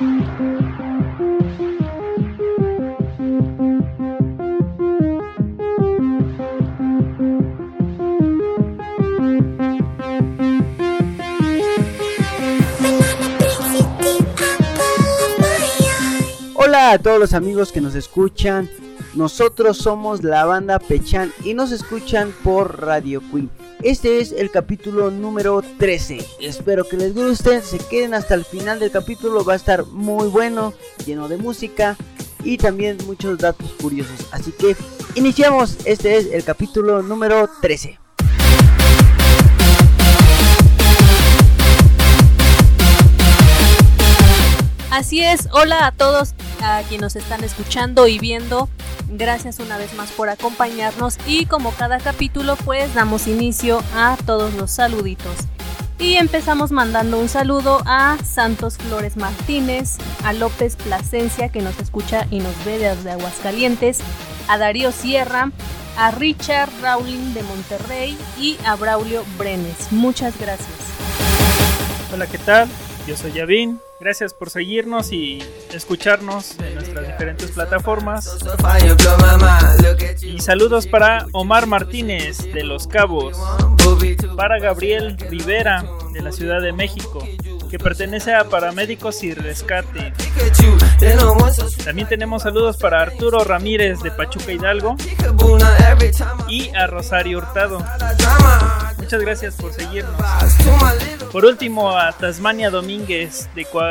Hola a todos los amigos que nos escuchan. Nosotros somos la banda Pechan y nos escuchan por Radio Queen. Este es el capítulo número 13. Espero que les guste, se queden hasta el final del capítulo. Va a estar muy bueno, lleno de música y también muchos datos curiosos. Así que iniciamos, este es el capítulo número 13. Así es, hola a todos a quienes nos están escuchando y viendo. Gracias una vez más por acompañarnos y como cada capítulo pues damos inicio a todos los saluditos. Y empezamos mandando un saludo a Santos Flores Martínez, a López Plasencia que nos escucha y nos ve desde Aguascalientes, a Darío Sierra, a Richard Rowling de Monterrey y a Braulio Brenes. Muchas gracias. Hola, ¿qué tal? Yo soy Yavin. Gracias por seguirnos y escucharnos en nuestras diferentes plataformas. Y saludos para Omar Martínez de Los Cabos, para Gabriel Rivera de la Ciudad de México, que pertenece a Paramédicos y Rescate. También tenemos saludos para Arturo Ramírez de Pachuca Hidalgo y a Rosario Hurtado. Muchas gracias por seguirnos. Por último a Tasmania Domínguez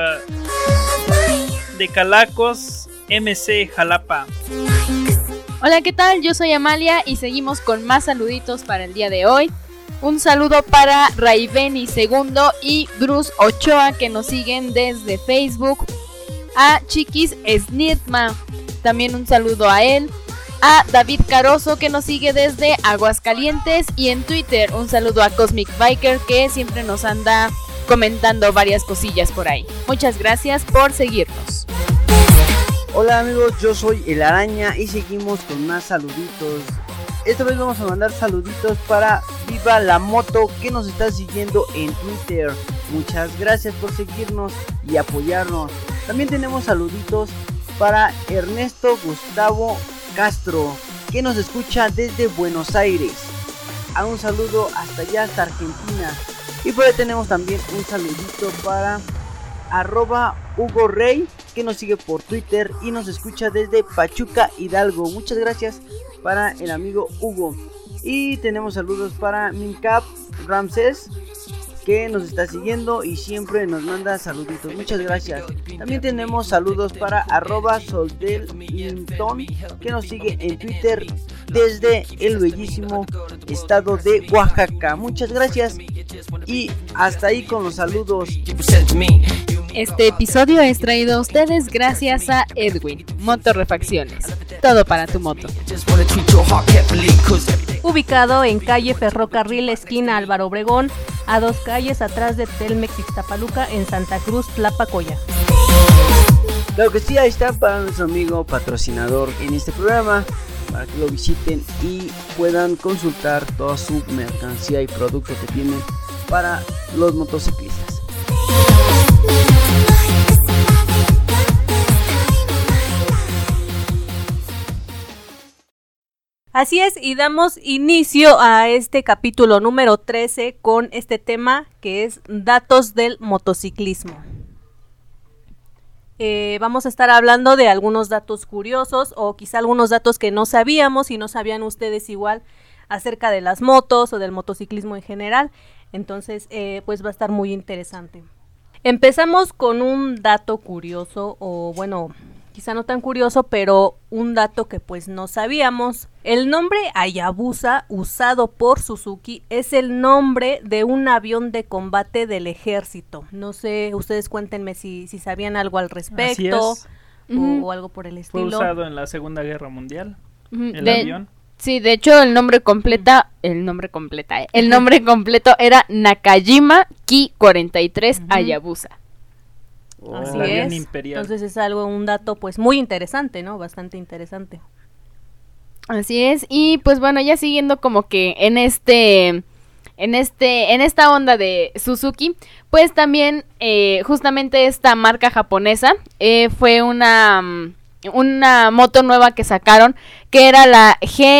de Calacos MC Jalapa. Hola, ¿qué tal? Yo soy Amalia y seguimos con más saluditos para el día de hoy. Un saludo para Raibeni Segundo y Bruce Ochoa que nos siguen desde Facebook. A Chiquis Snitma, también un saludo a él. A David Caroso que nos sigue desde Aguascalientes y en Twitter un saludo a Cosmic Biker que siempre nos anda comentando varias cosillas por ahí. Muchas gracias por seguirnos. Hola amigos, yo soy El Araña y seguimos con más saluditos. Esta vez vamos a mandar saluditos para Viva la Moto que nos está siguiendo en Twitter. Muchas gracias por seguirnos y apoyarnos. También tenemos saluditos para Ernesto Gustavo Castro que nos escucha desde Buenos Aires. A un saludo hasta allá, hasta Argentina. Y por ahí tenemos también un saludito para @Hugo Rey que nos sigue por Twitter y nos escucha desde Pachuca Hidalgo. Muchas gracias para el amigo Hugo. Y tenemos saludos para Mincap Ramses que nos está siguiendo y siempre nos manda saluditos. Muchas gracias. También tenemos saludos para @Soldelminton que nos sigue en Twitter desde el bellísimo estado de Oaxaca. Muchas gracias. Y hasta ahí con los saludos. Este episodio es traído a ustedes gracias a Edwin, Motorrefacciones. Todo para tu moto. Ubicado en calle Ferrocarril esquina Álvaro Obregón, a 2 calles atrás de Telmex Ixtapaluca en Santa Cruz, Tlapacoya. Claro que sí, ahí está para nuestro amigo patrocinador en este programa, para que lo visiten y puedan consultar toda su mercancía y producto que tienen para los motociclistas. Así es, y damos inicio a este capítulo número 13 con este tema que es datos del motociclismo. Vamos a estar hablando de algunos datos curiosos o quizá algunos datos que no sabíamos y no sabían ustedes igual acerca de las motos o del motociclismo en general. Entonces, pues va a estar muy interesante. Empezamos con un dato curioso o bueno, quizá no tan curioso, pero un dato que pues no sabíamos. El nombre Hayabusa usado por Suzuki es el nombre de un avión de combate del ejército. No sé, ustedes cuéntenme si sabían algo al respecto o algo por el estilo. Fue usado en la Segunda Guerra Mundial, el avión. Sí, de hecho el nombre completo era Nakajima Ki-43 Hayabusa. Así es. Imperial. Entonces es un dato pues muy interesante, ¿no? Bastante interesante. Así es, y pues bueno, ya siguiendo como que en este en esta onda de Suzuki, pues también justamente esta marca japonesa fue una moto nueva que sacaron, que era la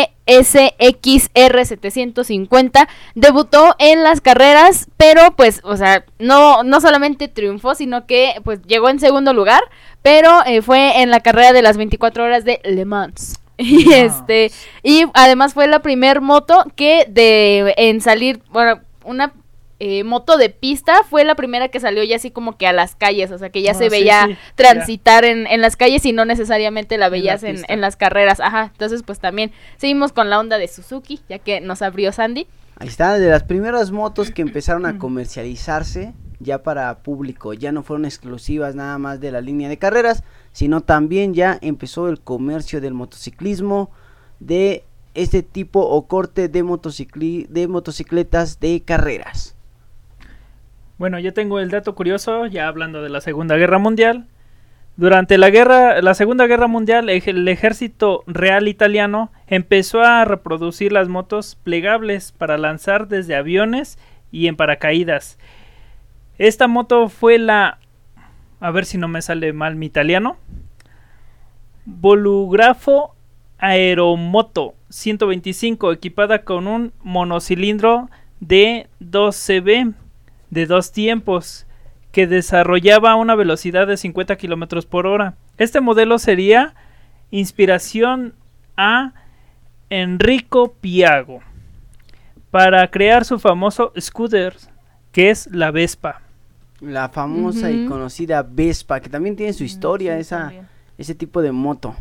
GSX-R 750, debutó en las carreras, pero pues, o sea, no solamente triunfó, sino que pues llegó en segundo lugar, pero fue en la carrera de las 24 horas de Le Mans. Y y además fue la primer moto que en salir, bueno, una moto de pista, fue la primera que salió ya así como que a las calles, o sea que ya se veía transitar en las calles y no necesariamente la veías en las carreras, ajá, entonces pues también seguimos con la onda de Suzuki, ya que nos abrió Sandy. Ahí está, de las primeras motos que empezaron a comercializarse ya para público, ya no fueron exclusivas nada más de la línea de carreras, sino también ya empezó el comercio del motociclismo, de este tipo o corte de motocicletas de carreras. Bueno, yo tengo el dato curioso, ya hablando de la Segunda Guerra Mundial. Durante la Segunda Guerra Mundial, el ejército real italiano empezó a reproducir las motos plegables para lanzar desde aviones y en paracaídas. Esta moto fue a ver si no me sale mal mi italiano, Bolografo Aeromoto 125, equipada con un monocilindro de 12V de 2 tiempos, que desarrollaba una velocidad de 50 km por hora. Este modelo sería inspiración a Enrico Piago para crear su famoso scooter, que es la Vespa. La famosa y conocida Vespa, que también tiene su historia, ese tipo de moto.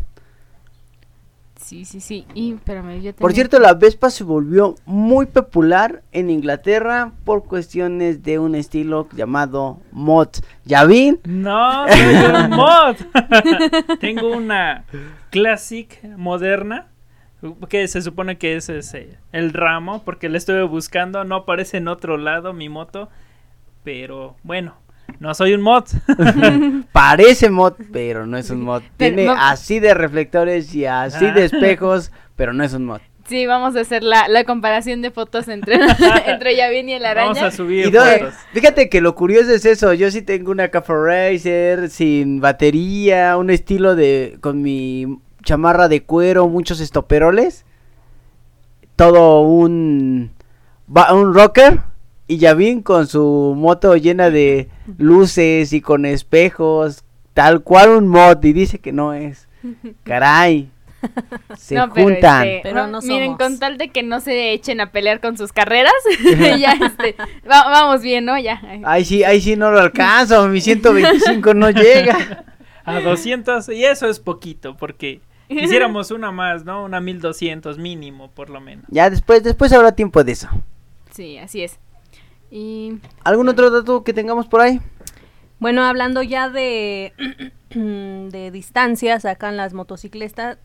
Sí. Y espérame, por cierto, la Vespa se volvió muy popular en Inglaterra por cuestiones de un estilo llamado mod. ¿Ya vi? No, soy un mod. Tengo una Classic moderna, que se supone que es el ramo, porque la estuve buscando, no aparece en otro lado mi moto, pero bueno. No soy un mod. Parece mod, pero no es un mod. Tiene así de reflectores y así de espejos, pero no es un mod. Sí, vamos a hacer la comparación de fotos entre Yavin y el araña. Vamos a subir fotos. Fíjate que lo curioso es eso. Yo sí tengo una Cafe Racer sin batería, un estilo con mi chamarra de cuero, muchos estoperoles, todo un rocker. Y Yavin con su moto llena de luces y con espejos, tal cual un mod, y dice que no es. Caray, se juntan. Pero no miren, somos. Con tal de que no se echen a pelear con sus carreras, ya vamos bien, ¿no? Ya. Ahí sí no lo alcanzo, mi 125 no llega. A 200, y eso es poquito, porque quisiéramos una más, ¿no? Una 1200 mínimo, por lo menos. Ya después habrá tiempo de eso. Sí, así es. Y ¿algún otro dato que tengamos por ahí? Bueno, hablando ya de distancias acá en las motocicletas,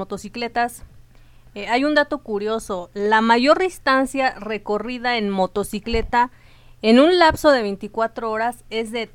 hay un dato curioso. La mayor distancia recorrida en motocicleta en un lapso de 24 horas es de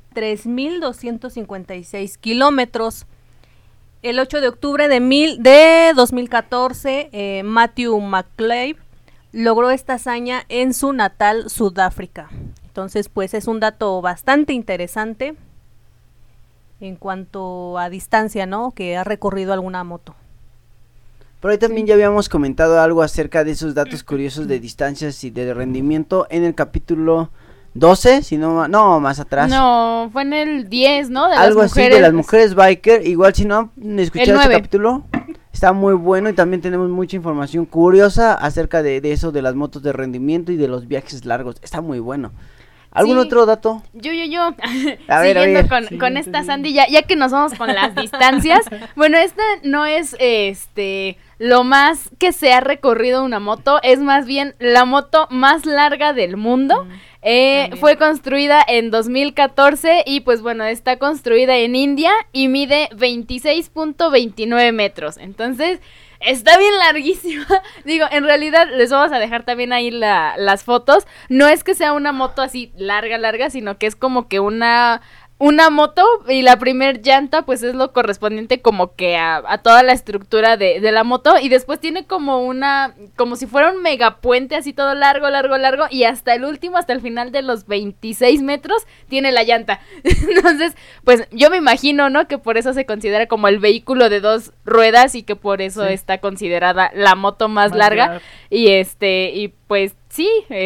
3.256 kilómetros. El 8 de octubre de 2014, Matthew McCabe logró esta hazaña en su natal Sudáfrica. Entonces, pues es un dato bastante interesante en cuanto a distancia, ¿no? Que ha recorrido alguna moto. Pero ahí también ya habíamos comentado algo acerca de esos datos curiosos de distancias y de rendimiento en el capítulo 12, si no, más atrás. No, fue en el 10, ¿no? De algo las así, de las mujeres biker. Igual si no han escuchado este capítulo, está muy bueno y también tenemos mucha información curiosa acerca de eso, de las motos de rendimiento y de los viajes largos. Está muy bueno. ¿Algún otro dato? Yo. Siguiendo con esta Sandy, ya que nos vamos con las distancias. Bueno, esta no es lo más que se ha recorrido una moto, es más bien la moto más larga del mundo. Fue construida en 2014 y pues bueno, está construida en India y mide 26.29 metros. Entonces, está bien larguísima. Digo, en realidad les vamos a dejar también ahí las fotos. No es que sea una moto así larga, sino que es como que una una moto y la primer llanta pues es lo correspondiente como que a toda la estructura de la moto, y después tiene como si fuera un megapuente así todo largo y hasta el último, hasta el final de los 26 metros tiene la llanta. Entonces pues yo me imagino, ¿no? Que por eso se considera como el vehículo de 2 ruedas y que por eso está considerada la moto más larga. Y pues sí,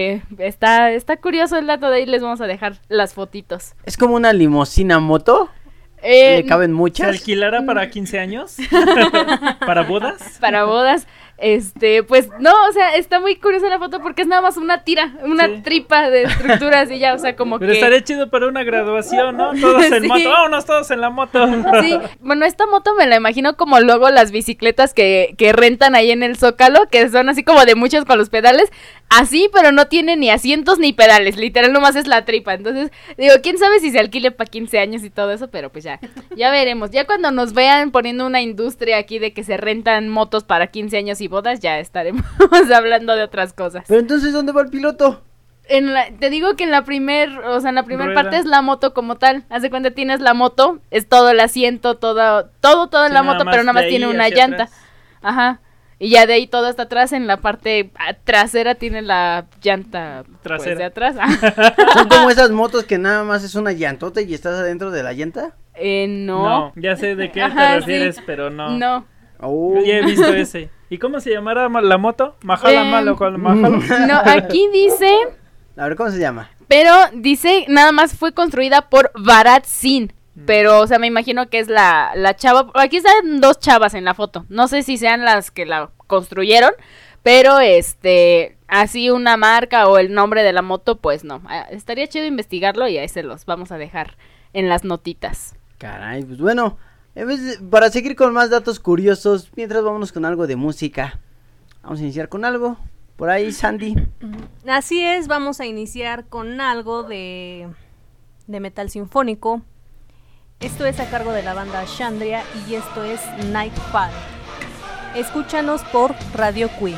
está curioso el dato, de ahí les vamos a dejar las fotitos. Es como una limusina moto. ¿Le caben muchas? ¿Se alquilará para 15 años? ¿Para bodas? Para bodas. Pues no, o sea, está muy curiosa la foto porque es nada más una tripa de estructuras y ya, o sea, como Pero que... estaría chido para una graduación, ¿no? Todos en moto, vámonos todos en la moto. Sí, bueno, esta moto me la imagino como luego las bicicletas que rentan ahí en el Zócalo, que son así como de muchos con los pedales, así, pero no tiene ni asientos ni pedales, literal nomás es la tripa. Entonces, digo, quién sabe si se alquile para 15 años y todo eso, pero pues ya veremos. Ya cuando nos vean poniendo una industria aquí de que se rentan motos para 15 años y bodas, ya estaremos hablando de otras cosas. Pero entonces, ¿dónde va el piloto? Te digo que en la primera Rueda. parte es la moto como tal. Haz de cuenta, tienes la moto, es todo el asiento, todo en la moto, pero nada más tiene una llanta. Atrás. Ajá. Y ya de ahí todo hasta atrás, en la parte trasera tiene la llanta trasera. Pues, de atrás. Son como esas motos que nada más es una llantota y estás adentro de la llanta. No. No, ya sé de qué te refieres, pero no. No. Oh. Ya he visto ese. ¿Y cómo se llamará la moto? ¿Majala malo con Majalo? No, aquí dice... A ver, ¿cómo se llama? Pero dice, nada más fue construida por Bharat Singh. Pero, o sea, me imagino que es la chava. Aquí están 2 chavas en la foto. No sé si sean las que la construyeron. Pero, así una marca o el nombre de la moto, pues no. Estaría chido investigarlo y ahí se los vamos a dejar en las notitas. Caray, pues bueno. Para seguir con más datos curiosos, mientras vámonos con algo de música. Vamos a iniciar con algo. Por ahí, Sandy. Así es, vamos a iniciar con algo de metal sinfónico. Esto es a cargo de la banda Chandria y esto es Nightfall. Escúchanos por Radio Cui.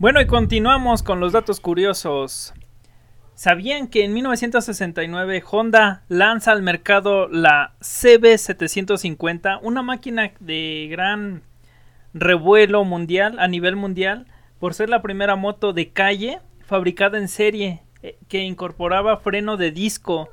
Bueno, y continuamos con los datos curiosos. ¿Sabían que en 1969 Honda lanza al mercado la CB750, una máquina de gran revuelo mundial, a nivel mundial, por ser la primera moto de calle fabricada en serie, que incorporaba freno de disco?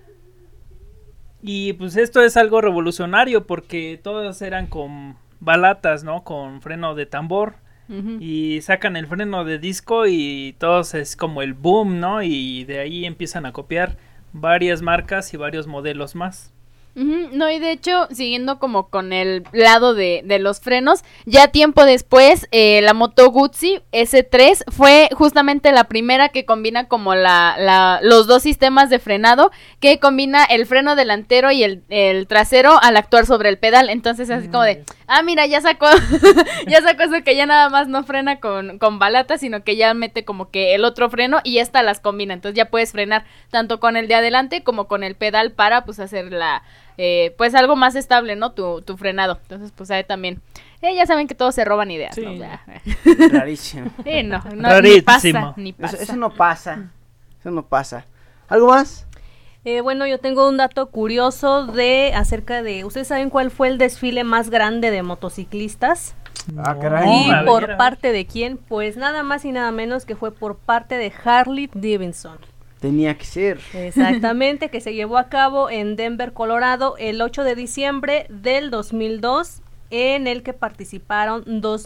Y pues esto es algo revolucionario porque todas eran con balatas, ¿no? Con freno de tambor. Y sacan el freno de disco y todos es como el boom, ¿no? Y de ahí empiezan a copiar varias marcas y varios modelos más. No, y de hecho, siguiendo como con el lado de los frenos, ya tiempo después, la Moto Guzzi S3 fue justamente la primera que combina como los dos sistemas de frenado, que combina el freno delantero y el trasero al actuar sobre el pedal. Entonces así como de, mira, ya sacó eso, que ya nada más no frena con balata, sino que ya mete como que el otro freno y esta las combina. Entonces ya puedes frenar tanto con el de adelante como con el pedal para pues hacer pues algo más estable, ¿no? Tu frenado. Entonces, pues ahí también. Ya saben que todos se roban ideas, sí. ¿no? Rarísimo. No, Rarísimo. Ni pasa. Eso no pasa. Eso no pasa. ¿Algo más? Bueno, yo tengo un dato curioso acerca de... ¿Ustedes saben cuál fue el desfile más grande de motociclistas? Caray. ¿Y A por ver. parte de quién? Pues nada más y nada menos que fue por parte de Harley Davidson. Tenía que ser. Exactamente, que se llevó a cabo en Denver, Colorado, el 8 de diciembre del 2002, en el que participaron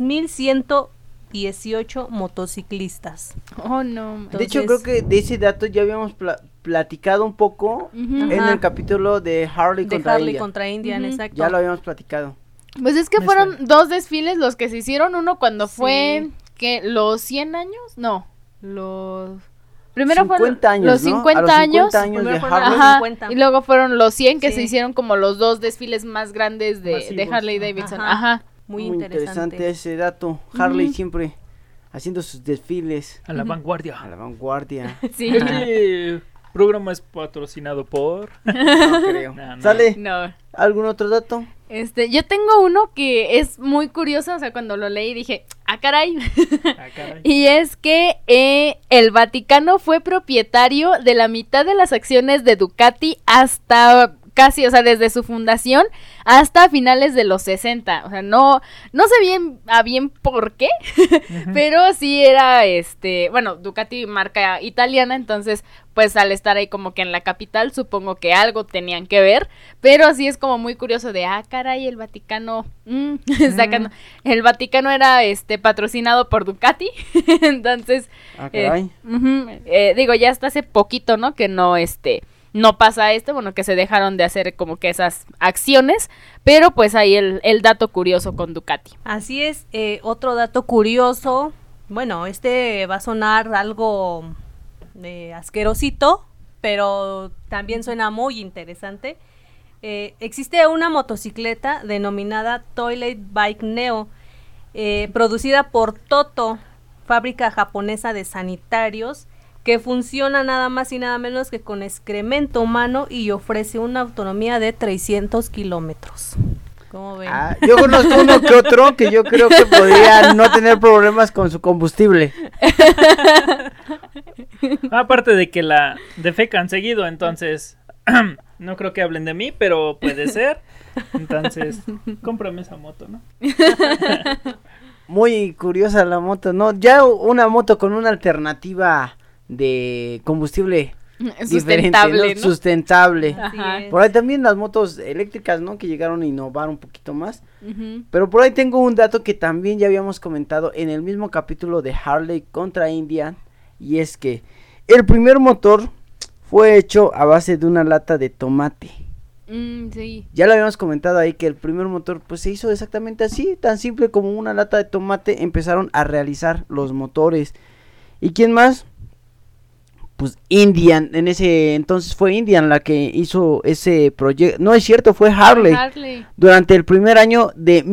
2,118 motociclistas. Oh, no. Entonces, De hecho, creo que de ese dato ya habíamos platicado un poco en Ajá. el capítulo de Harley de contra Harley India. contra Indian, exacto. Ya lo habíamos platicado. Pues es que Me fueron suena. 2 desfiles los que se hicieron. Uno cuando Sí. fue, ¿qué? ¿Los 100 años? No, los... Primero 50 fueron los años, ¿no? 50 A los 50 años Primero de fueron Harley. los Ajá, 50. y luego fueron los 100 que Sí. se hicieron como los 2 desfiles más grandes de Masivos. Harley Davidson. Ajá. Ajá. Muy Muy interesante ese dato. Harley siempre haciendo sus desfiles A la vanguardia. a la vanguardia. Sí. Este programa es patrocinado por... No creo. No. ¿Sale? No. ¿Algún otro dato? Yo tengo uno que es muy curioso, o sea, cuando lo leí dije, caray. Ah, caray. Y es que el Vaticano fue propietario de la mitad de las acciones de Ducati hasta casi, o sea, desde su fundación hasta finales de los 60. O sea, no sé bien por qué, pero sí era, bueno, Ducati marca italiana, entonces, pues al estar ahí como que en la capital, supongo que algo tenían que ver, pero sí es como muy curioso de, caray, el Vaticano, sacando, el Vaticano era, patrocinado por Ducati, entonces, Caray. digo, ya hasta hace poquito, ¿no? Que no pasa bueno, que se dejaron de hacer como que esas acciones, pero pues ahí el dato curioso con Ducati. Así es, otro dato curioso, bueno, va a sonar algo asquerosito, pero también suena muy interesante. Existe una motocicleta denominada Toilet Bike Neo, producida por Toto, fábrica japonesa de sanitarios, que funciona nada más y nada menos que con excremento humano y ofrece una autonomía de 300 kilómetros. ¿Cómo ven? Yo conozco uno que otro que yo creo que podría no tener problemas con su combustible. Aparte de que la defecan seguido, entonces no creo que hablen de mí, pero puede ser. Entonces, cómprame esa moto, ¿no? Muy curiosa la moto, ¿no? Ya una moto con una alternativa de combustible Sustentable, diferente, ¿no? ¿no? Sustentable. Así Ajá. es. Por ahí también las motos eléctricas, ¿no? Que llegaron a innovar un poquito más. Ujú. Pero por ahí tengo un dato que también ya habíamos comentado en el mismo capítulo de Harley contra Indian. Y es que el primer motor fue hecho a base de una lata de tomate. Sí. Ya lo habíamos comentado ahí que el primer motor pues se hizo exactamente así, tan simple como una lata de tomate. Empezaron a realizar los motores. ¿Y quién más? Pues Indian, en ese entonces fue Indian la que hizo ese proyecto. No es cierto, fue Harley. Durante el primer año de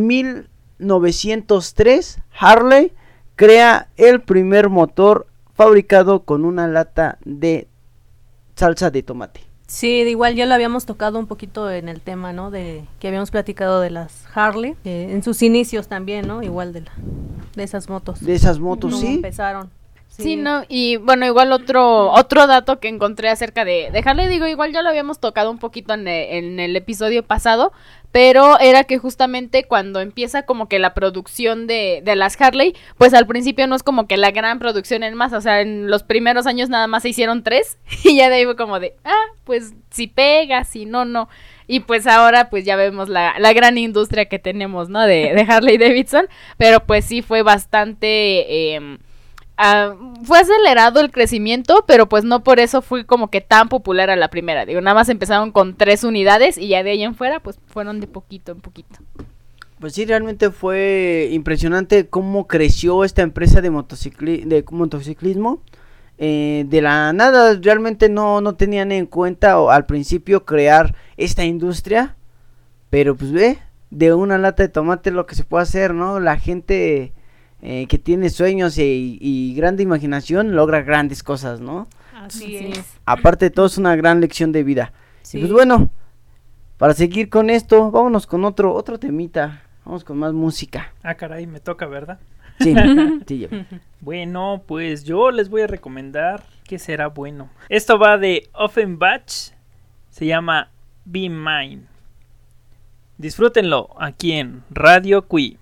1903, Harley crea el primer motor fabricado con una lata de salsa de tomate. Sí, igual ya lo habíamos tocado un poquito en el tema, ¿no? De que habíamos platicado de las Harley, en sus inicios también, ¿no? Igual de esas motos. De esas motos, ¿Cómo sí. empezaron? Sí, no, y bueno, igual otro dato que encontré acerca de Harley, digo, igual ya lo habíamos tocado un poquito en el episodio pasado, pero era que justamente cuando empieza como que la producción de las Harley, pues al principio no es como que la gran producción en masa, o sea, en los primeros años nada más se hicieron 3, y ya de ahí fue como de, pues si pega, si no, no. Y pues ahora pues ya vemos la gran industria que tenemos, ¿no? De Harley Davidson, pero pues sí fue bastante... fue acelerado el crecimiento, pero pues no por eso fue como que tan popular a la primera. Digo, nada más empezaron con 3 unidades y ya de ahí en fuera pues fueron de poquito en poquito. Pues sí, realmente fue impresionante cómo creció esta empresa de motociclismo. De la nada, realmente no tenían en cuenta al principio crear esta industria, pero pues de una lata de tomate lo que se puede hacer, ¿no? La gente... que tiene sueños y grande imaginación, logra grandes cosas, ¿no? Así es. Aparte de todo, es una gran lección de vida. Sí. Y pues bueno, para seguir con esto, vámonos con otro temita. Vamos con más música. Caray, me toca, ¿verdad? Sí, sí. Bueno, pues yo les voy a recomendar que será bueno. Esto va de Offenbach, se llama Be Mine. Disfrútenlo aquí en Radio Cui.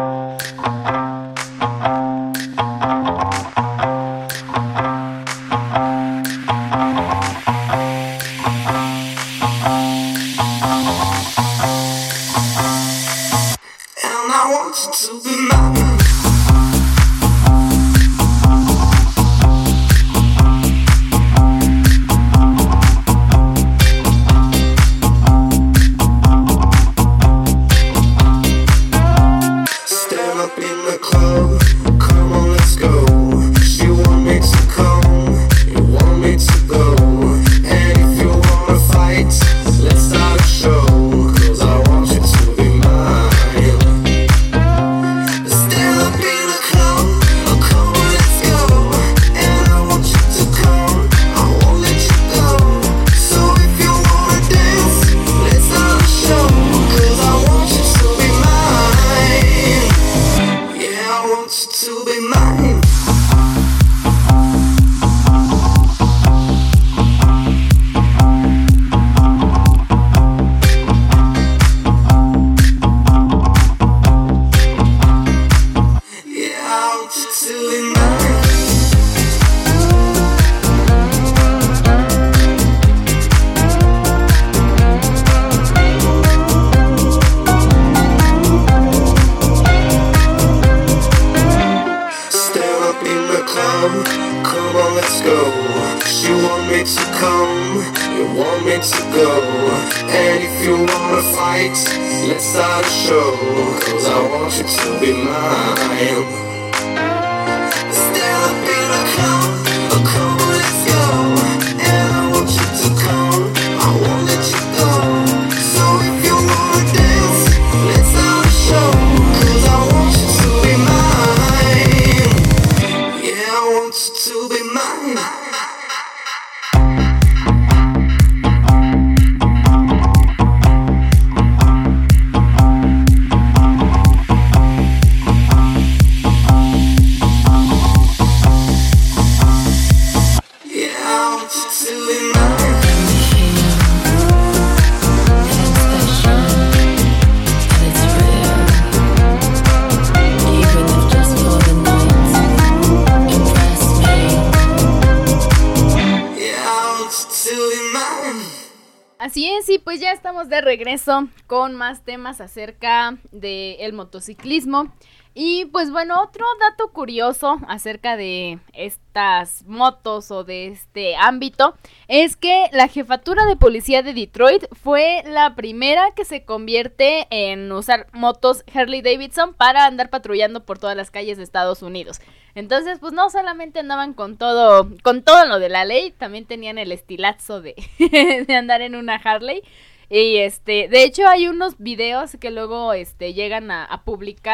Así es, y pues ya estamos de regreso con más temas acerca del motociclismo. Y pues bueno, otro dato curioso acerca de estas motos o de este ámbito es que la jefatura de policía de Detroit fue la primera que se convierte en usar motos Harley Davidson para andar patrullando por todas las calles de Estados Unidos. Entonces, pues no solamente andaban con todo lo de la ley, también tenían el estilazo de andar en una Harley. Y de hecho hay unos videos que luego llegan a publicar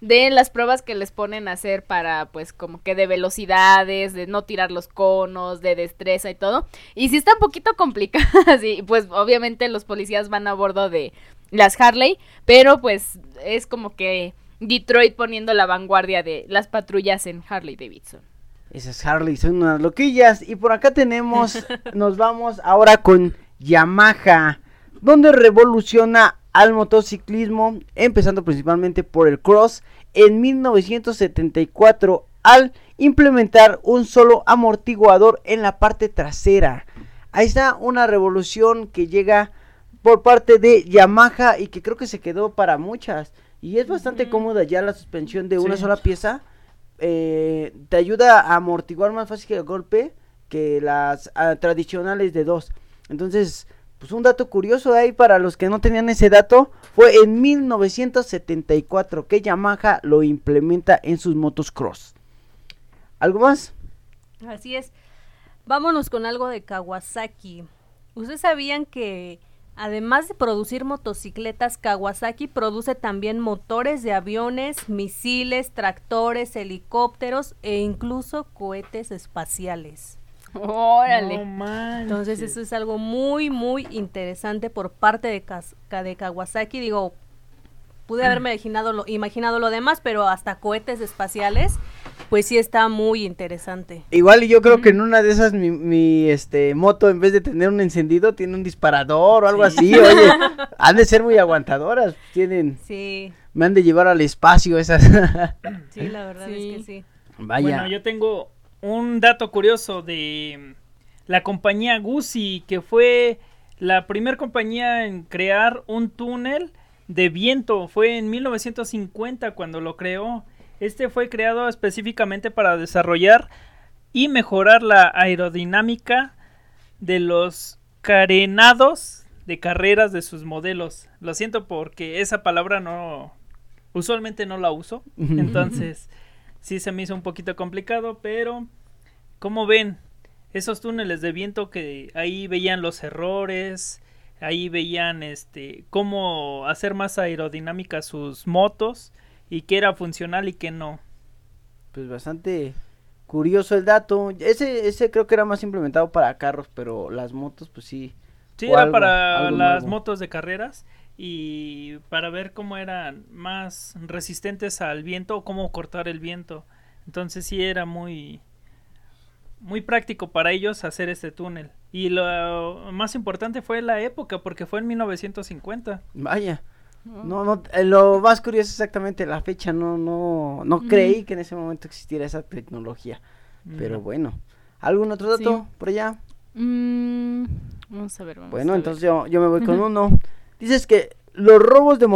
de las pruebas que les ponen a hacer para, pues, como que de velocidades, de no tirar los conos, de destreza y todo. Y sí está un poquito complicadas, y pues obviamente los policías van a bordo de las Harley, pero pues es como que Detroit poniendo la vanguardia de las patrullas en Harley Davidson. Esas Harley son unas loquillas. Y por acá tenemos, nos vamos ahora con Yamaha, donde revoluciona al motociclismo, empezando principalmente por el cross en 1974 al implementar un solo amortiguador en la parte trasera. Ahí está una revolución que llega por parte de Yamaha y que creo que se quedó para muchas, y es bastante cómoda ya la suspensión de una sola pieza. Te ayuda a amortiguar más fácil el golpe que las tradicionales de dos. Entonces, pues un dato curioso ahí para los que no tenían ese dato, fue en 1974 que Yamaha lo implementa en sus motos cross. ¿Algo más? Así es. Vámonos con algo de Kawasaki. ¿Ustedes sabían que además de producir motocicletas, Kawasaki produce también motores de aviones, misiles, tractores, helicópteros e incluso cohetes espaciales? ¡Órale! No manches. Entonces eso es algo muy, muy interesante por parte de Kawasaki. Digo, pude haberme imaginado lo demás, pero hasta cohetes espaciales, pues sí está muy interesante. Igual y yo creo que en una de esas mi moto, en vez de tener un encendido, tiene un disparador o algo así. Oye, han de ser muy aguantadoras. Sí. Me han de llevar al espacio esas. Sí, la verdad Sí. es que sí. Vaya. Bueno, yo tengo un dato curioso de la compañía Guzzi, que fue la primera compañía en crear un túnel de viento. Fue en 1950 cuando lo creó. Este fue creado específicamente para desarrollar y mejorar la aerodinámica de los carenados de carreras de sus modelos. Lo siento porque esa palabra usualmente no la uso, entonces sí se me hizo un poquito complicado, pero como ven, esos túneles de viento que ahí veían los errores, ahí veían cómo hacer más aerodinámica sus motos y qué era funcional y qué no. Pues bastante curioso el dato. Ese creo que era más implementado para carros, pero las motos pues sí. Sí, O era algo para las nuevo. motos de carreras y para ver cómo eran más resistentes al viento o cómo cortar el viento. Entonces sí era muy práctico para ellos hacer este túnel. Y lo más importante fue la época, porque fue en 1950. Vaya. No, lo más curioso es exactamente la fecha. No creí que en ese momento existiera esa tecnología. Pero bueno. ¿Algún otro dato por allá? Vamos a ver. Bueno, entonces yo me voy con uno. Dices que los robos de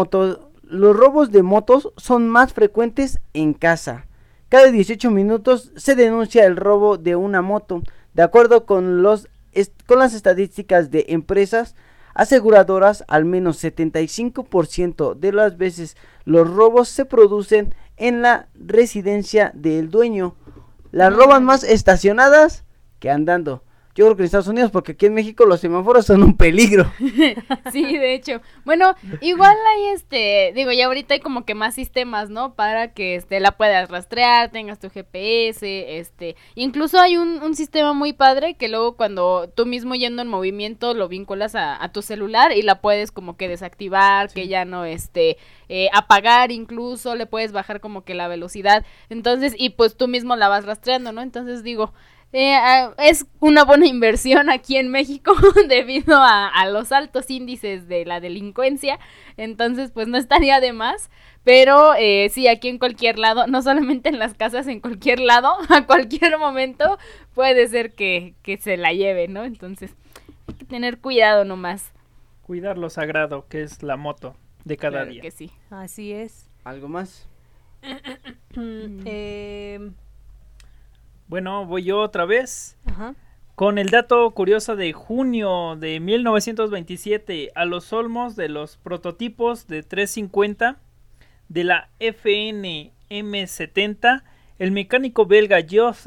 motos son más frecuentes en casa. Cada 18 minutos se denuncia el robo de una moto. De acuerdo con las estadísticas de empresas aseguradoras, al menos 75% de las veces los robos se producen en la residencia del dueño. Las roban más estacionadas que andando. Yo creo que en Estados Unidos, porque aquí en México los semáforos son un peligro. Sí, de hecho. Bueno, igual hay digo, ya ahorita hay como que más sistemas, ¿no? Para que la puedas rastrear, tengas tu GPS, incluso hay un sistema muy padre que luego cuando tú mismo yendo en movimiento lo vinculas a tu celular y la puedes como que desactivar, que ya no apagar, incluso le puedes bajar como que la velocidad. Entonces, y pues tú mismo la vas rastreando, ¿no? Entonces digo, es una buena inversión aquí en México debido a los altos índices de la delincuencia, entonces pues no estaría de más, pero sí, aquí en cualquier lado, no solamente en las casas, en cualquier lado, a cualquier momento puede ser que se la lleve, ¿no? Entonces hay que tener cuidado nomás. Cuidar lo sagrado que es la moto de cada Claro día. que sí. Así es. ¿Algo más? Bueno, voy yo otra vez Ajá. con el dato curioso de junio de 1927. A los olmos de los prototipos de 350 de la FN M70, el mecánico belga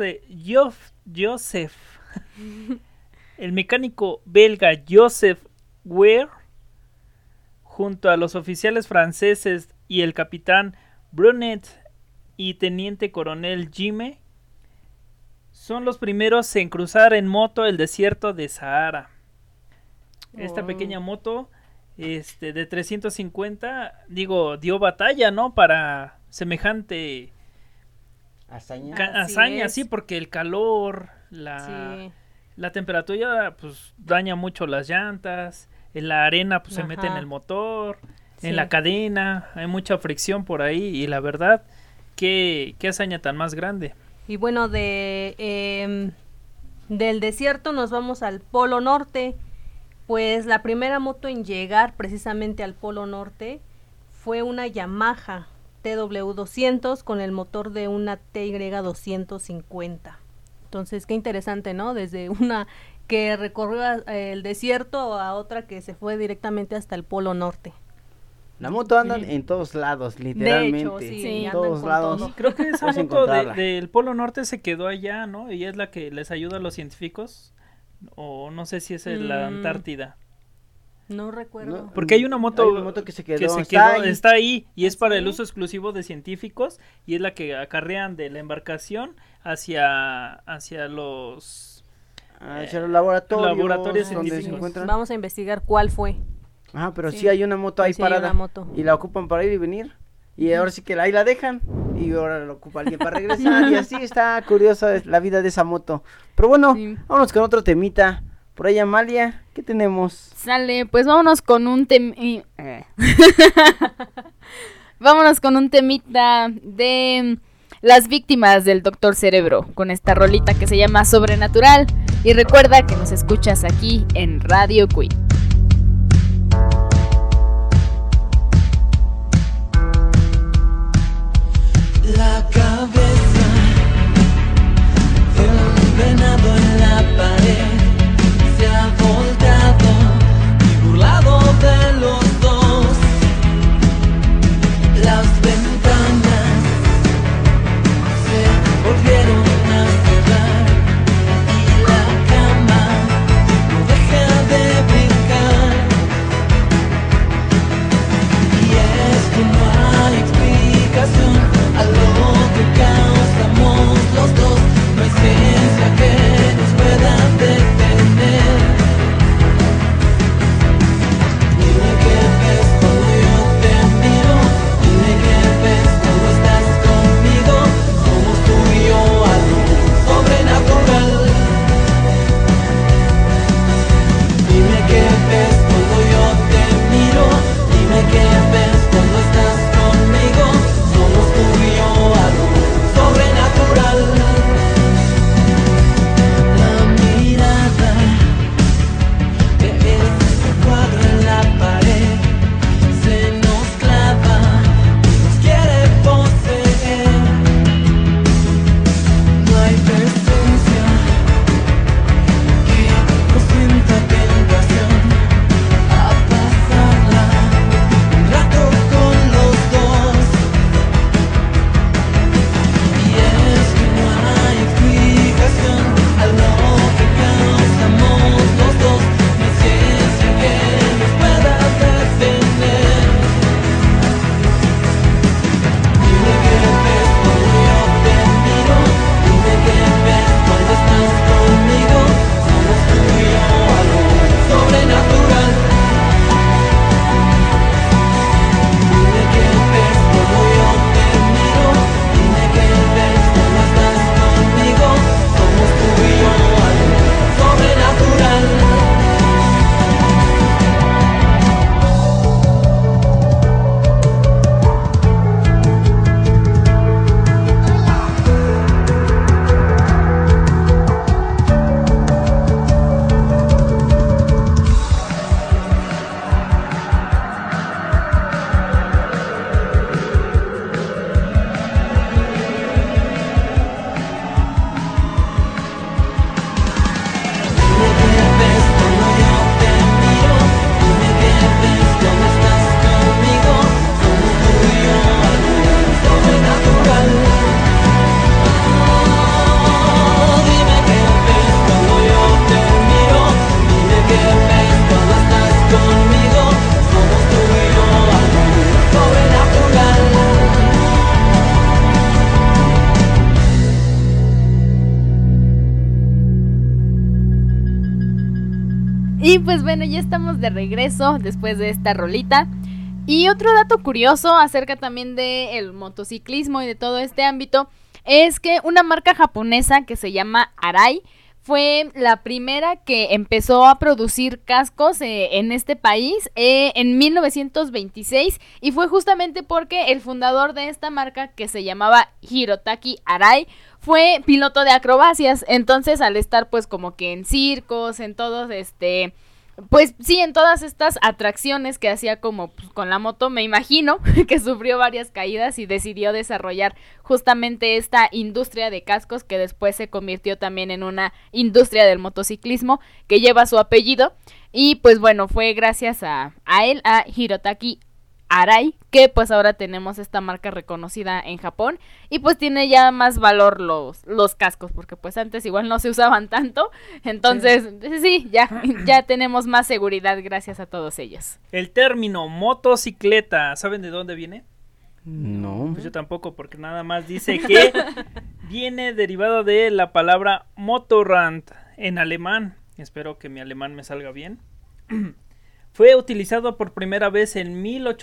Joseph Weir, junto a los oficiales franceses y el capitán Brunet y Teniente Coronel Jime son los primeros en cruzar en moto el desierto de Sahara. Esta pequeña moto de 350, dio batalla, ¿no? Para semejante hazaña, sí, porque el calor, la temperatura, pues daña mucho las llantas, en la arena, pues se mete en el motor, en la cadena, hay mucha fricción por ahí, y la verdad, qué hazaña tan más grande. Y bueno, del desierto nos vamos al Polo Norte. Pues la primera moto en llegar precisamente al Polo Norte fue una Yamaha TW200 con el motor de una TY250. Entonces, qué interesante, ¿no? Desde una que recorrió el desierto a otra que se fue directamente hasta el Polo Norte. La moto anda en todos lados, literalmente. De hecho, sí, en todos lados. todo. Creo que esa moto del Polo Norte se quedó allá, ¿no? Y es la que les ayuda a los científicos. O no sé si es en la Antártida. No recuerdo. No, porque hay una moto que se quedó, está ahí y es para el uso exclusivo de científicos y es la que acarrean de la embarcación hacia los laboratorios donde científicos. se encuentran. Vamos a investigar cuál fue. Pero sí hay una moto ahí parada y la ocupan para ir y venir y ahora sí que ahí la dejan y ahora la ocupa alguien para regresar y así está curiosa la vida de esa moto. Pero bueno, vámonos con otro temita. Por ahí, Amalia, ¿qué tenemos? Sale, pues vámonos con un vámonos con un temita de las víctimas del Doctor Cerebro, con esta rolita que se llama Sobrenatural. Y recuerda que nos escuchas aquí en Radio Queen. La cabeza de un venado en la pared se ha volteado y burlado de los dos. Las ventanas se volvieron a cerrar y la cama no deja de brincar. bueno, ya estamos de regreso después de esta rolita. Y otro dato curioso acerca también del motociclismo y de todo este ámbito es que una marca japonesa que se llama Arai fue la primera que empezó a producir cascos en este país en 1926, y fue justamente porque el fundador de esta marca, que se llamaba Hirotaki Arai, fue piloto de acrobacias. Entonces, al estar pues como que en circos, en todos pues sí, en todas estas atracciones que hacía como pues, con la moto, me imagino que sufrió varias caídas y decidió desarrollar justamente esta industria de cascos, que después se convirtió también en una industria del motociclismo que lleva su apellido. Y pues bueno, fue gracias a él, a Hirotaki Arai, que pues ahora tenemos esta marca reconocida en Japón, y pues tiene ya más valor los cascos, porque pues antes igual no se usaban tanto. Entonces sí, ya tenemos más seguridad gracias a todos ellos. El término motocicleta, ¿saben de dónde viene? No. Pues yo tampoco, porque nada más dice que viene derivado de la palabra Motorrad en alemán. Espero que mi alemán me salga bien. Fue utilizado por primera vez en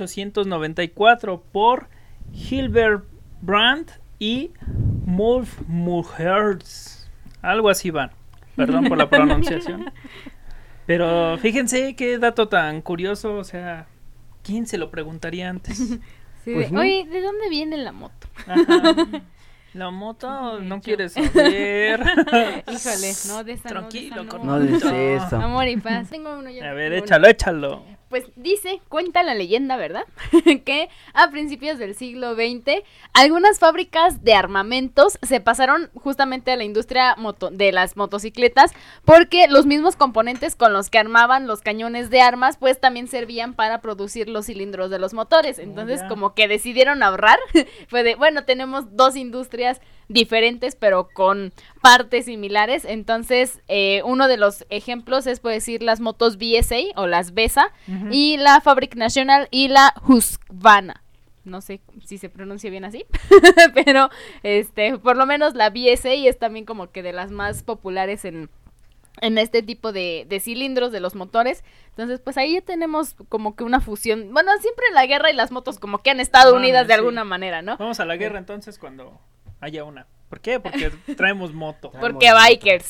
1894 por Hilbert Brandt y Mulf Muhertz. Algo así van. Perdón por la pronunciación. Pero fíjense qué dato tan curioso. O sea, ¿quién se lo preguntaría antes? Sí, Pues sí. oye, ¿de dónde viene la moto? Ajá. La moto no quieres saber. Híjole, no, de esa Tranquilo, no. No dices eso. Amor y paz. Tengo uno ya. A ver, tengo échalo. Pues cuenta la leyenda, ¿verdad? Que a principios del siglo XX, algunas fábricas de armamentos se pasaron justamente a la industria de las motocicletas, porque los mismos componentes con los que armaban los cañones de armas, pues también servían para producir los cilindros de los motores. Entonces, como que decidieron ahorrar. Fue de, bueno, tenemos dos industrias diferentes, pero con partes similares. Entonces, uno de los ejemplos es, puede decir, las motos BSA o las BESA, y la Fabric National y la Husqvarna. No sé si se pronuncia bien así, pero por lo menos la BSA es también como que de las más populares en este tipo de cilindros de los motores. Entonces, pues ahí ya tenemos como que una fusión. Bueno, siempre la guerra y las motos como que han estado unidas de alguna manera, ¿no? Vamos a la guerra entonces cuando haya una. ¿Por qué? Porque traemos moto. Porque bikers.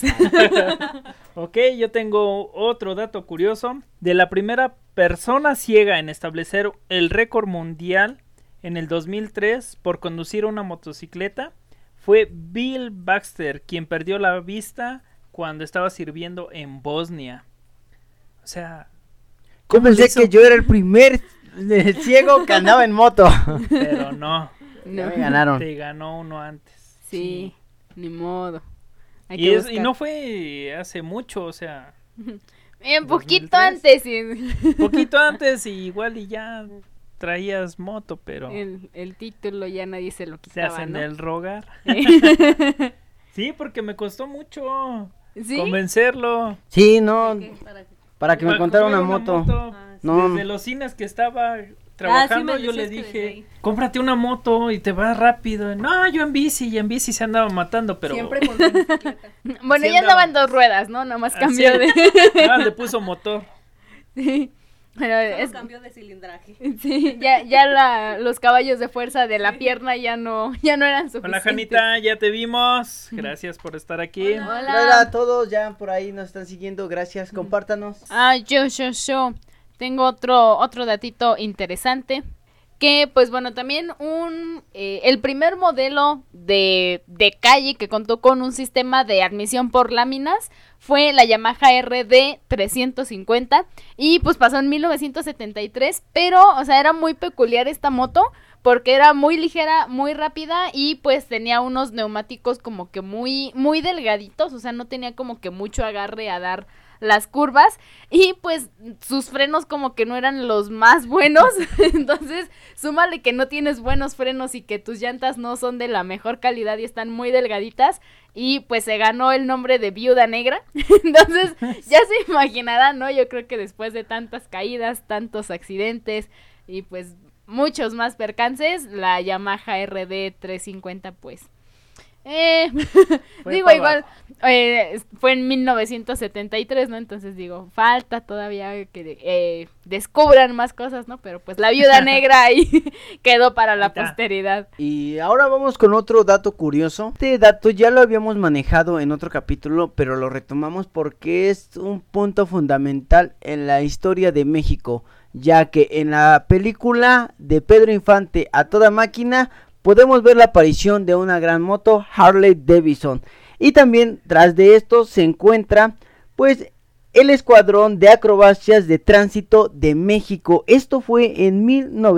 Ok, yo tengo otro dato curioso. De la primera persona ciega en establecer el récord mundial en el 2003 por conducir una motocicleta, fue Bill Baxter, quien perdió la vista cuando estaba sirviendo en Bosnia. O sea, Yo pensé que yo era el primer ciego que andaba en moto. pero no, Ya me ganaron. te ganó uno antes. Sí, ni modo. Hay Y, que y buscar. no fue hace mucho, o sea, Bien, poquito 2003. antes. Sí. poquito antes, y igual y ya traías moto, pero El título ya nadie se lo se quitaba, hacen ¿no? del rogar. Sí, porque me costó mucho ¿Sí? convencerlo. Sí, no, para que me Para contara una comprar moto. Ah, No. Desde los cines que estaba trabajando, me yo le decías que dije, desde ahí. cómprate una moto y te vas rápido. No, yo en bici, y en bici se andaba matando, pero Siempre con tu bicicleta. Bueno, Sí ya andaba en andaba. dos ruedas, ¿no? Nada más Ah, cambió sí. de... le puso motor. Sí. Pero Solo cambio de cilindraje. sí, ya los caballos de fuerza de la pierna ya no eran suficientes. Hola, Janita, ya te vimos. Gracias por estar aquí. Hola a todos, ya por ahí nos están siguiendo, gracias, compártanos. Ah, yo. Tengo otro datito interesante. Que, pues bueno, también el primer modelo de calle que contó con un sistema de admisión por láminas fue la Yamaha RD 350. Y pues pasó en 1973. Pero, o sea, era muy peculiar esta moto, porque era muy ligera, muy rápida, y pues tenía unos neumáticos como que muy, muy delgaditos. O sea, no tenía como que mucho agarre a dar las curvas, y pues sus frenos como que no eran los más buenos. Entonces, súmale que no tienes buenos frenos y que tus llantas no son de la mejor calidad y están muy delgaditas, y pues se ganó el nombre de Viuda Negra. Entonces, ya se imaginarán, ¿no? Yo creo que después de tantas caídas, tantos accidentes y pues muchos más percances, la Yamaha RD 350 pues Fue Digo, pa' igual, abajo. fue en 1973, ¿no? Entonces digo, falta todavía que descubran más cosas, ¿no? Pero pues la Viuda Negra ahí quedó para la Ahí está. posteridad. Y ahora vamos con otro dato curioso. Este dato ya lo habíamos manejado en otro capítulo, pero lo retomamos porque es un punto fundamental en la historia de México, ya que en la película de Pedro Infante A Toda Máquina podemos ver la aparición de una gran moto Harley Davidson. Y también tras de esto se encuentra pues el Escuadrón de Acrobacias de Tránsito de México. Esto fue en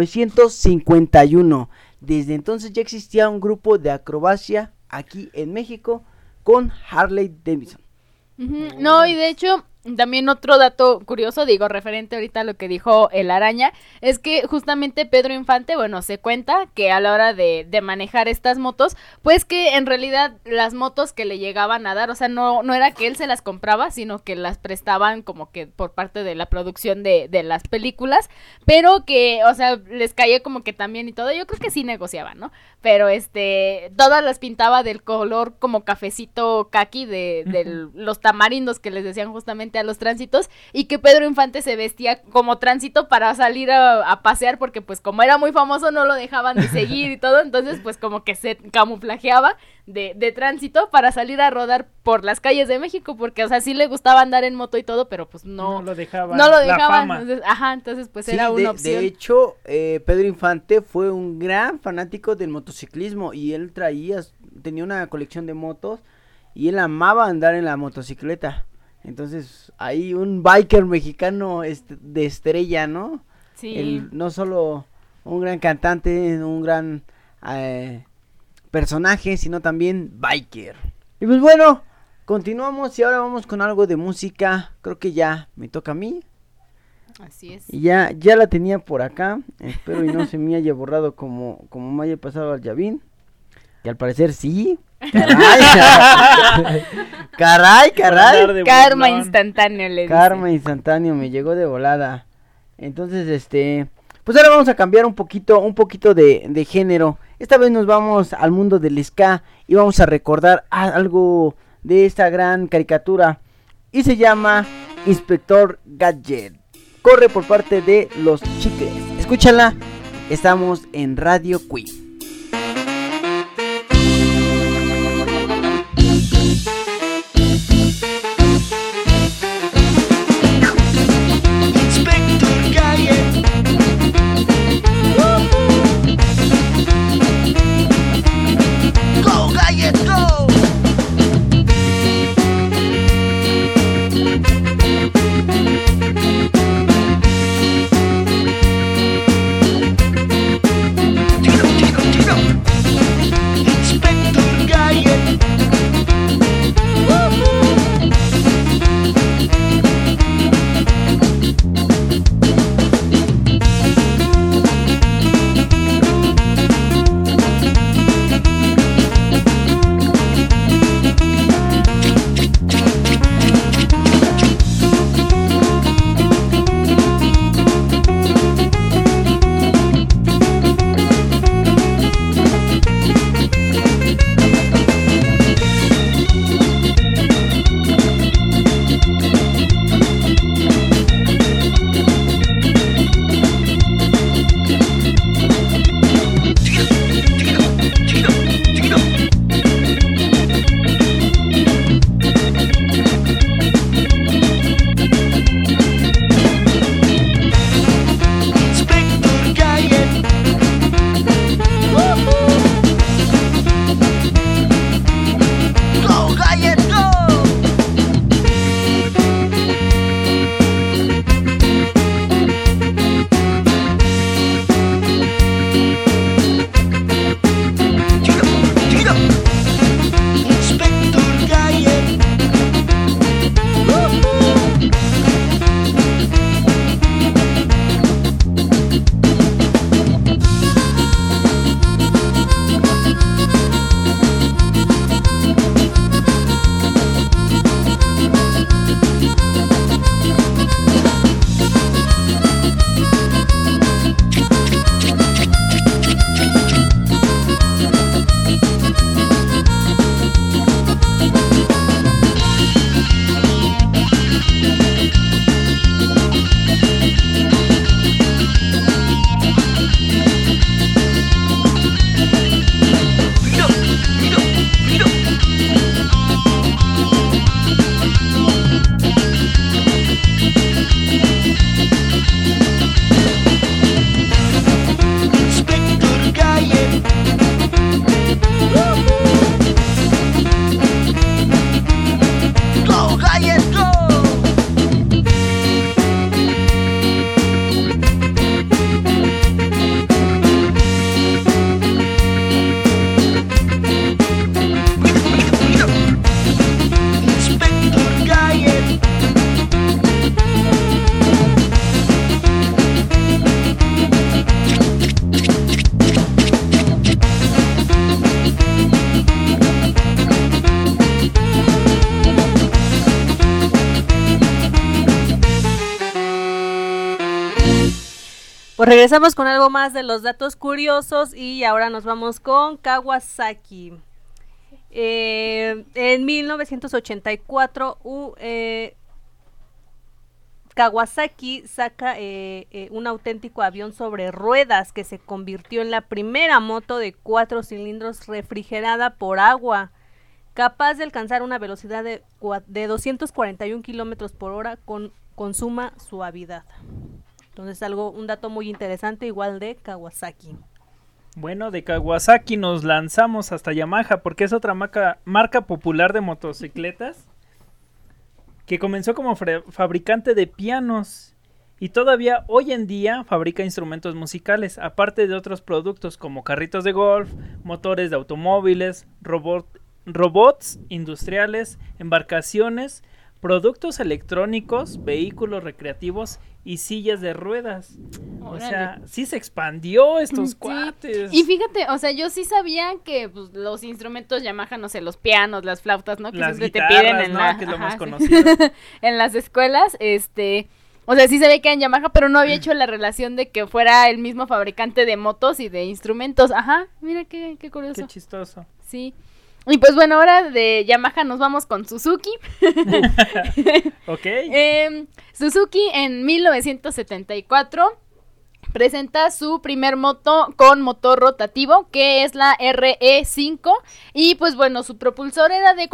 1951. Desde entonces ya existía un grupo de acrobacia aquí en México con Harley Davidson. Ujú. No, y de hecho, también otro dato curioso, digo, referente ahorita a lo que dijo el Araña, es que justamente Pedro Infante, bueno, se cuenta que a la hora de manejar estas motos, pues que en realidad las motos que le llegaban a dar, o sea, no era que él se las compraba, sino que las prestaban como que por parte de la producción de las películas, pero que, o sea, les caía como que también y todo, yo creo que sí negociaban, ¿no? Pero todas las pintaba del color como cafecito caqui de los tamarindos que les decían justamente a los tránsitos, y que Pedro Infante se vestía como tránsito para salir a pasear, porque pues como era muy famoso no lo dejaban de seguir y todo, entonces pues como que se camuflajeaba de tránsito para salir a rodar por las calles de México, porque o sea sí le gustaba andar en moto y todo, pero pues no lo dejaban. no lo la dejaban, fama. entonces pues Sí, era una de opción. hecho, Pedro Infante fue un gran fanático del motociclismo y él tenía una colección de motos y él amaba andar en la motocicleta. Entonces, ahí un biker mexicano de estrella, ¿no? Sí. Él no solo un gran cantante, un gran personaje, sino también biker. Y pues bueno, continuamos y ahora vamos con algo de música. Creo que ya me toca a mí. Así es. Y ya la tenía por acá. Espero y no se me haya borrado como me haya pasado al Yavin. Que al parecer sí. Caray. Andar de Karma burlón. instantáneo le dice. Karma instantáneo, me llegó de volada. Entonces, pues ahora vamos a cambiar un poquito de género. Esta vez nos vamos al mundo del ska y vamos a recordar algo de esta gran caricatura. Y se llama Inspector Gadget. Corre por parte de Los Chicles. Escúchala, estamos en Radio Queen. Inspector Gadget. Go Gadget, go. Tiro. Inspector Gadget. Pues regresamos con algo más de los datos curiosos y ahora nos vamos con Kawasaki. En 1984 Kawasaki saca un auténtico avión sobre ruedas que se convirtió en la primera moto de 4 cilindros refrigerada por agua, capaz de alcanzar una velocidad de 241 kilómetros por hora con suma suavidad. Entonces un dato muy interesante igual de Kawasaki. Bueno, de Kawasaki nos lanzamos hasta Yamaha porque es otra marca popular de motocicletas que comenzó como fabricante de pianos y todavía hoy en día fabrica instrumentos musicales, aparte de otros productos como carritos de golf, motores de automóviles, robots industriales, embarcaciones, productos electrónicos, vehículos recreativos y sillas de ruedas. Órale. O sea, sí se expandió estos cuates. Y fíjate, o sea, yo sí sabía que pues, los instrumentos Yamaha, no sé, los pianos, las flautas, ¿no? Que las siempre guitarras, te piden en ¿no? Que es lo más sí. conocido. En las escuelas, o sea, sí sabía que eran Yamaha, pero no había hecho la relación de que fuera el mismo fabricante de motos y de instrumentos. Ajá, mira qué curioso. Qué chistoso. Sí. Y pues bueno, ahora de Yamaha nos vamos con Suzuki. Ok. Suzuki en 1974 presenta su primer moto con motor rotativo, que es la RE5, y pues bueno, su propulsor era de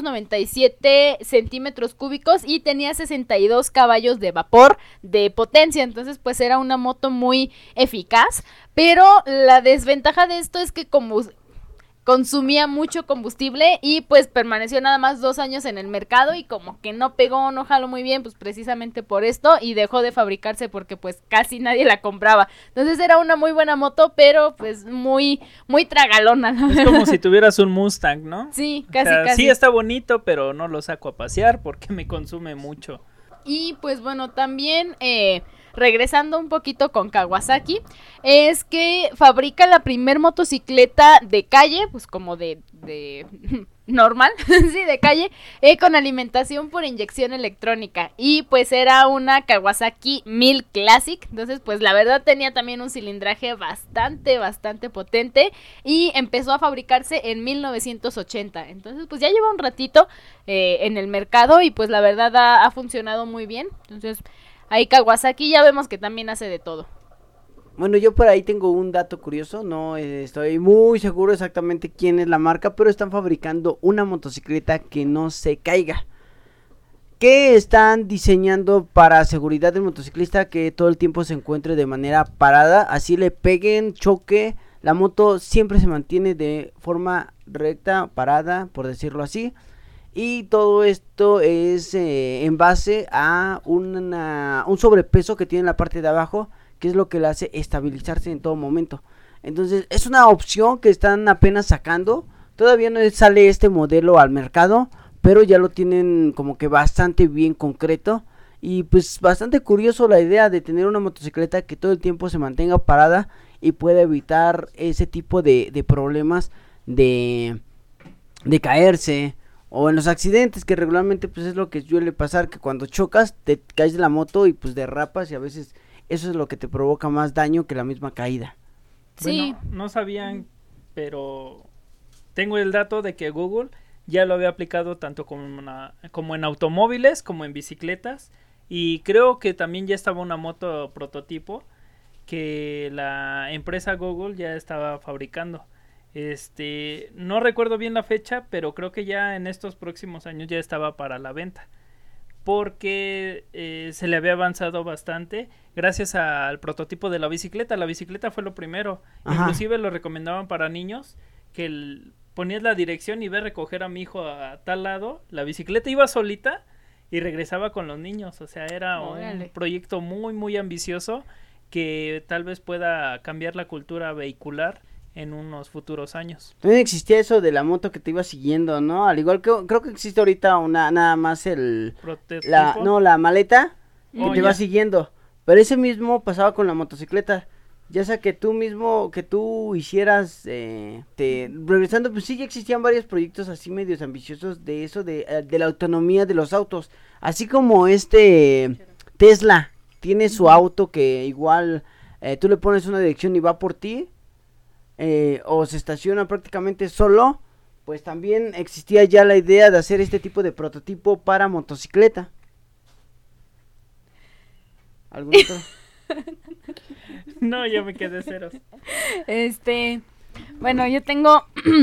497 centímetros cúbicos y tenía 62 caballos de vapor de potencia, entonces pues era una moto muy eficaz, pero la desventaja de esto es que como consumía mucho combustible y pues permaneció nada más 2 años en el mercado y como que no pegó, no jaló muy bien, pues precisamente por esto, y dejó de fabricarse porque pues casi nadie la compraba. Entonces era una muy buena moto, pero pues muy tragalona. Es como si tuvieras un Mustang, ¿no? Sí, O casi, sea, casi. sí está bonito, pero no lo saco a pasear porque me consume mucho. Y pues bueno, también regresando un poquito con Kawasaki, es que fabrica la primer motocicleta de calle, pues como de normal, sí, de calle, con alimentación por inyección electrónica, y pues era una Kawasaki 1000 Classic, entonces pues la verdad tenía también un cilindraje bastante potente, y empezó a fabricarse en 1980, entonces pues ya lleva un ratito en el mercado, y pues la verdad ha funcionado muy bien, entonces ahí Kawasaki ya vemos que también hace de todo. Bueno, yo por ahí tengo un dato curioso, no estoy muy seguro exactamente quién es la marca, pero están fabricando una motocicleta que no se caiga. Que están diseñando para seguridad del motociclista, que todo el tiempo se encuentre de manera parada, así le peguen, choque, la moto siempre se mantiene de forma recta, parada, por decirlo así. Y todo esto es en base a un sobrepeso que tiene en la parte de abajo, que es lo que le hace estabilizarse en todo momento. Entonces es una opción que están apenas sacando. Todavía no sale este modelo al mercado, pero ya lo tienen como que bastante bien concreto. Y pues bastante curioso la idea de tener una motocicleta que todo el tiempo se mantenga parada y pueda evitar ese tipo de problemas de caerse. O en los accidentes, que regularmente pues es lo que suele pasar, que cuando chocas te caes de la moto y pues derrapas, y a veces eso es lo que te provoca más daño que la misma caída. Sí. Bueno, no sabían, pero tengo el dato de que Google ya lo había aplicado tanto como en automóviles como en bicicletas, y creo que también ya estaba una moto prototipo que la empresa Google ya estaba fabricando. No recuerdo bien la fecha, pero creo que ya en estos próximos años ya estaba para la venta, porque se le había avanzado bastante gracias al prototipo de la bicicleta. La bicicleta fue lo primero. Ajá. Inclusive lo recomendaban para niños, que ponías la dirección y ve recoger a mi hijo a tal lado, la bicicleta iba solita y regresaba con los niños. O sea, era un proyecto muy ambicioso que tal vez pueda cambiar la cultura vehicular en unos futuros años. También existía eso de la moto que te iba siguiendo, ¿no? Al igual que creo que existe ahorita nada más la maleta que te va siguiendo. Pero ese mismo pasaba con la motocicleta. Ya sea que tú hicieras, regresando, pues sí, ya existían varios proyectos así medios ambiciosos de eso, de la autonomía de los autos. Así como Tesla tiene su auto que igual tú le pones una dirección y va por ti, o se estaciona prácticamente solo, pues también existía ya la idea de hacer este tipo de prototipo para motocicleta. ¿Algún otro? No, yo me quedé ceros. Bueno, yo tengo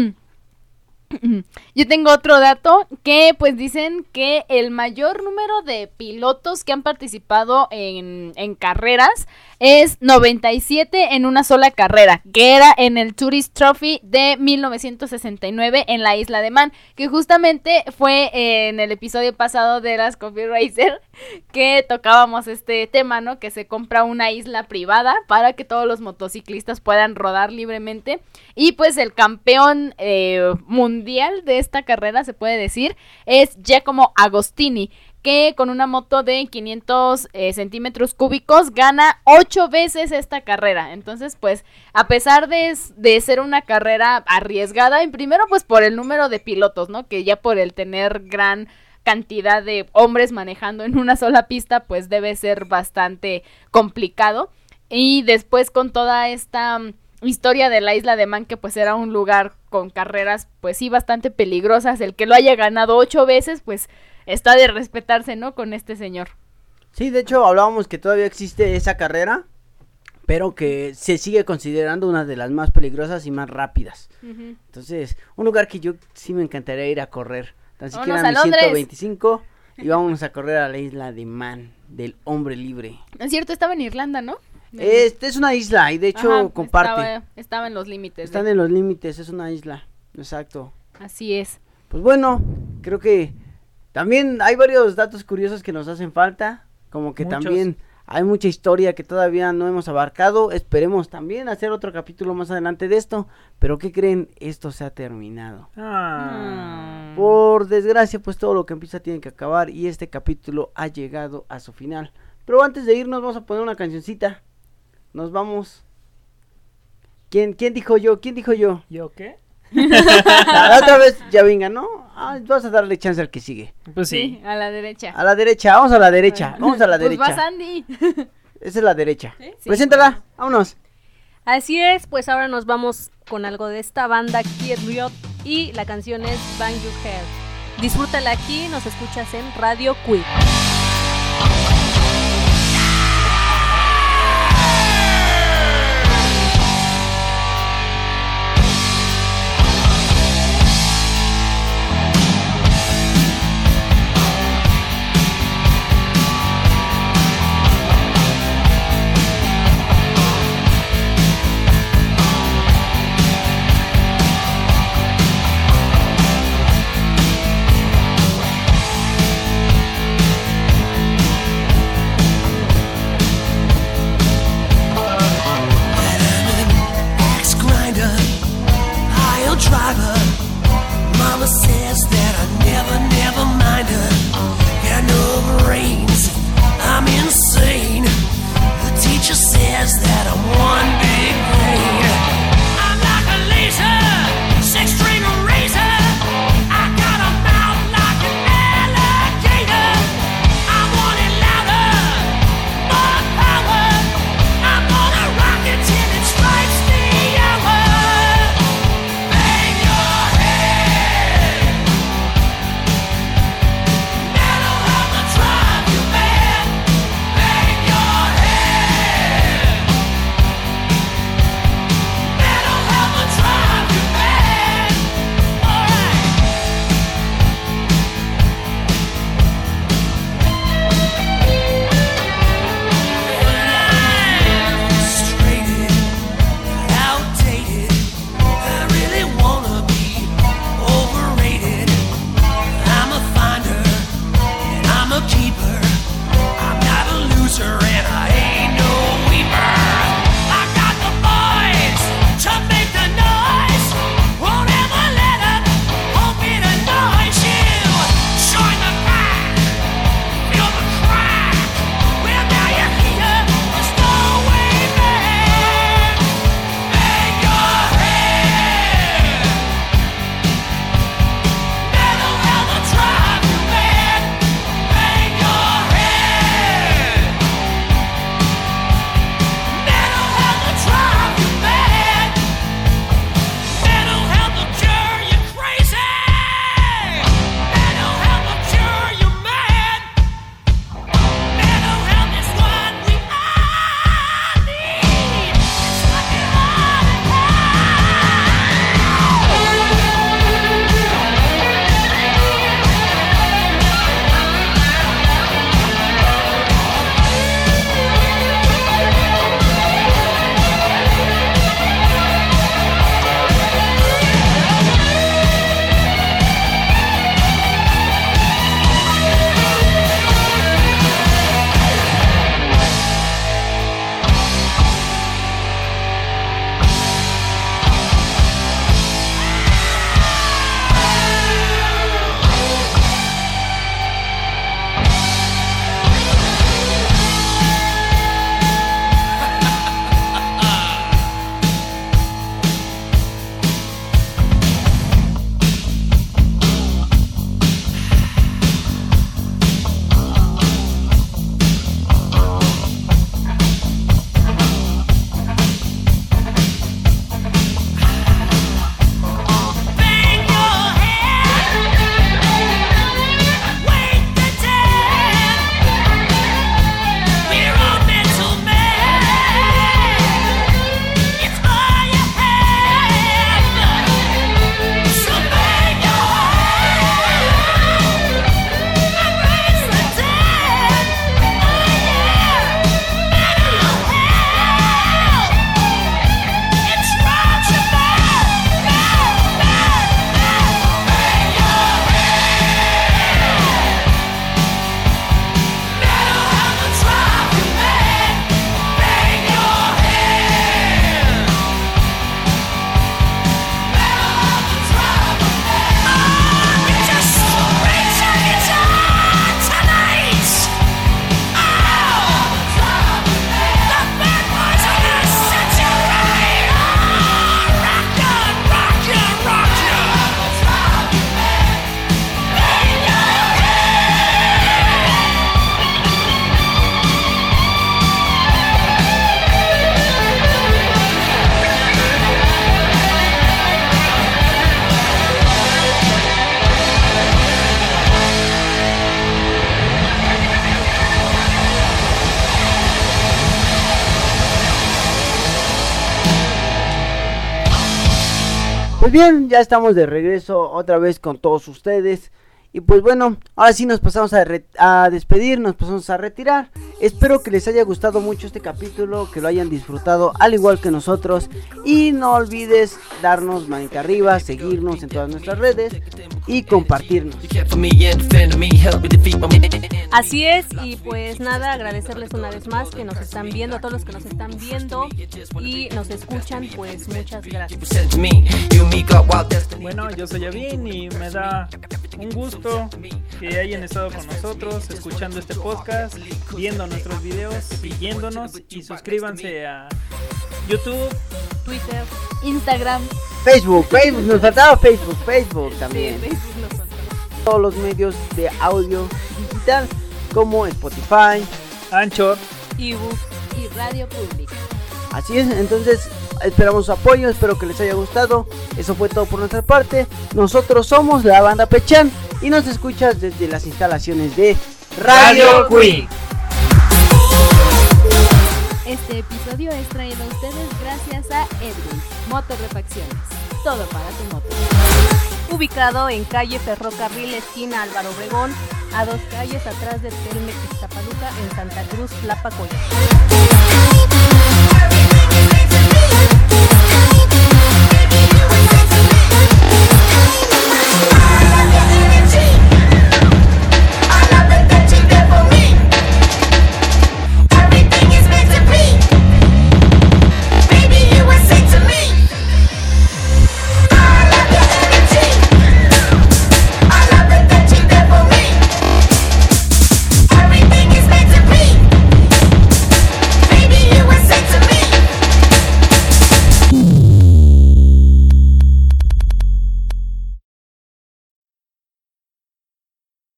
otro dato que pues dicen que el mayor número de pilotos que han participado en carreras es 97 en una sola carrera, que era en el Tourist Trophy de 1969 en la isla de Man, que justamente fue en el episodio pasado de las Coffee Racer que tocábamos este tema, ¿no? Que se compra una isla privada para que todos los motociclistas puedan rodar libremente, y pues el campeón mundial de esta carrera, se puede decir, es Giacomo Agostini, que con una moto de 500 centímetros cúbicos gana 8 veces esta carrera. Entonces, pues, a pesar de ser una carrera arriesgada, en primero, pues, por el número de pilotos, ¿no? Que ya por el tener gran cantidad de hombres manejando en una sola pista, pues, debe ser bastante complicado. Y después, con toda esta historia de la isla de Man, que pues era un lugar con carreras, pues sí, bastante peligrosas, el que lo haya ganado 8 veces, pues está de respetarse, ¿no? Con este señor. Sí, de hecho hablábamos que todavía existe esa carrera, pero que se sigue considerando una de las más peligrosas y más rápidas. Uh-huh. Entonces, un lugar que yo sí me encantaría ir a correr. Tan siquiera Vámonos mi a Londres. 125 y vámonos a correr a la isla de Man, del hombre libre. Es cierto, estaba en Irlanda, ¿no? Este es una isla y de hecho Ajá, comparte. Estaba en los límites. Están en los límites, es una isla. Exacto. Así es. Pues bueno, creo que también hay varios datos curiosos que nos hacen falta, como que Muchos. también hay mucha historia que todavía no hemos abarcado. Esperemos también hacer otro capítulo más adelante de esto, pero ¿qué creen? Esto se ha terminado. Por desgracia, pues todo lo que empieza tiene que acabar y este capítulo ha llegado a su final. Pero antes de irnos vamos a poner una cancioncita. Nos vamos. ¿Quién dijo yo? ¿Quién dijo yo? ¿Yo qué? La otra vez ya venga, ¿no? Vas a darle chance al que sigue. Pues sí. A la derecha. A la derecha, vamos a la derecha, vamos a la Pues derecha. vas, Andy. Esa es la derecha. Sí. Preséntala, vámonos. Así es, pues ahora nos vamos con algo de esta banda Kid Riot y la canción es Bang Your Head. Disfrútala aquí, nos escuchas en Radio Quick. Bang Pues bien, ya estamos de regreso otra vez con todos ustedes. Y pues bueno, ahora sí nos pasamos a despedir, nos pasamos a retirar. Espero que les haya gustado mucho este capítulo, que lo hayan disfrutado al igual que nosotros. Y no olvides darnos manita arriba, seguirnos en todas nuestras redes y compartirnos. Así es, y pues nada, agradecerles una vez más que nos están viendo, a todos los que nos están viendo y nos escuchan, pues muchas gracias. Bueno, yo soy Yavin y me da un gusto que hayan estado con nosotros, escuchando este podcast, viendo nuestros videos, siguiéndonos y suscríbanse a YouTube, Twitter, Instagram, Facebook, nos faltaba Facebook también. sí, Facebook nos faltó. Todos los medios de audio digital como Spotify. Anchor. ebook. y Radio Pública. Así es, entonces esperamos su apoyo, espero que les haya gustado. Eso fue todo por nuestra parte. Nosotros somos la banda Pechan y nos escuchas desde las instalaciones de Radio Queen. Este episodio es traído a ustedes gracias a Edwin, Motorrefacciones. Todo para tu moto. Ubicado en calle Ferrocarril, esquina Álvaro Obregón, a 2 calles atrás de Telmex Ixtapaluca, en Santa Cruz, Tlapacoya.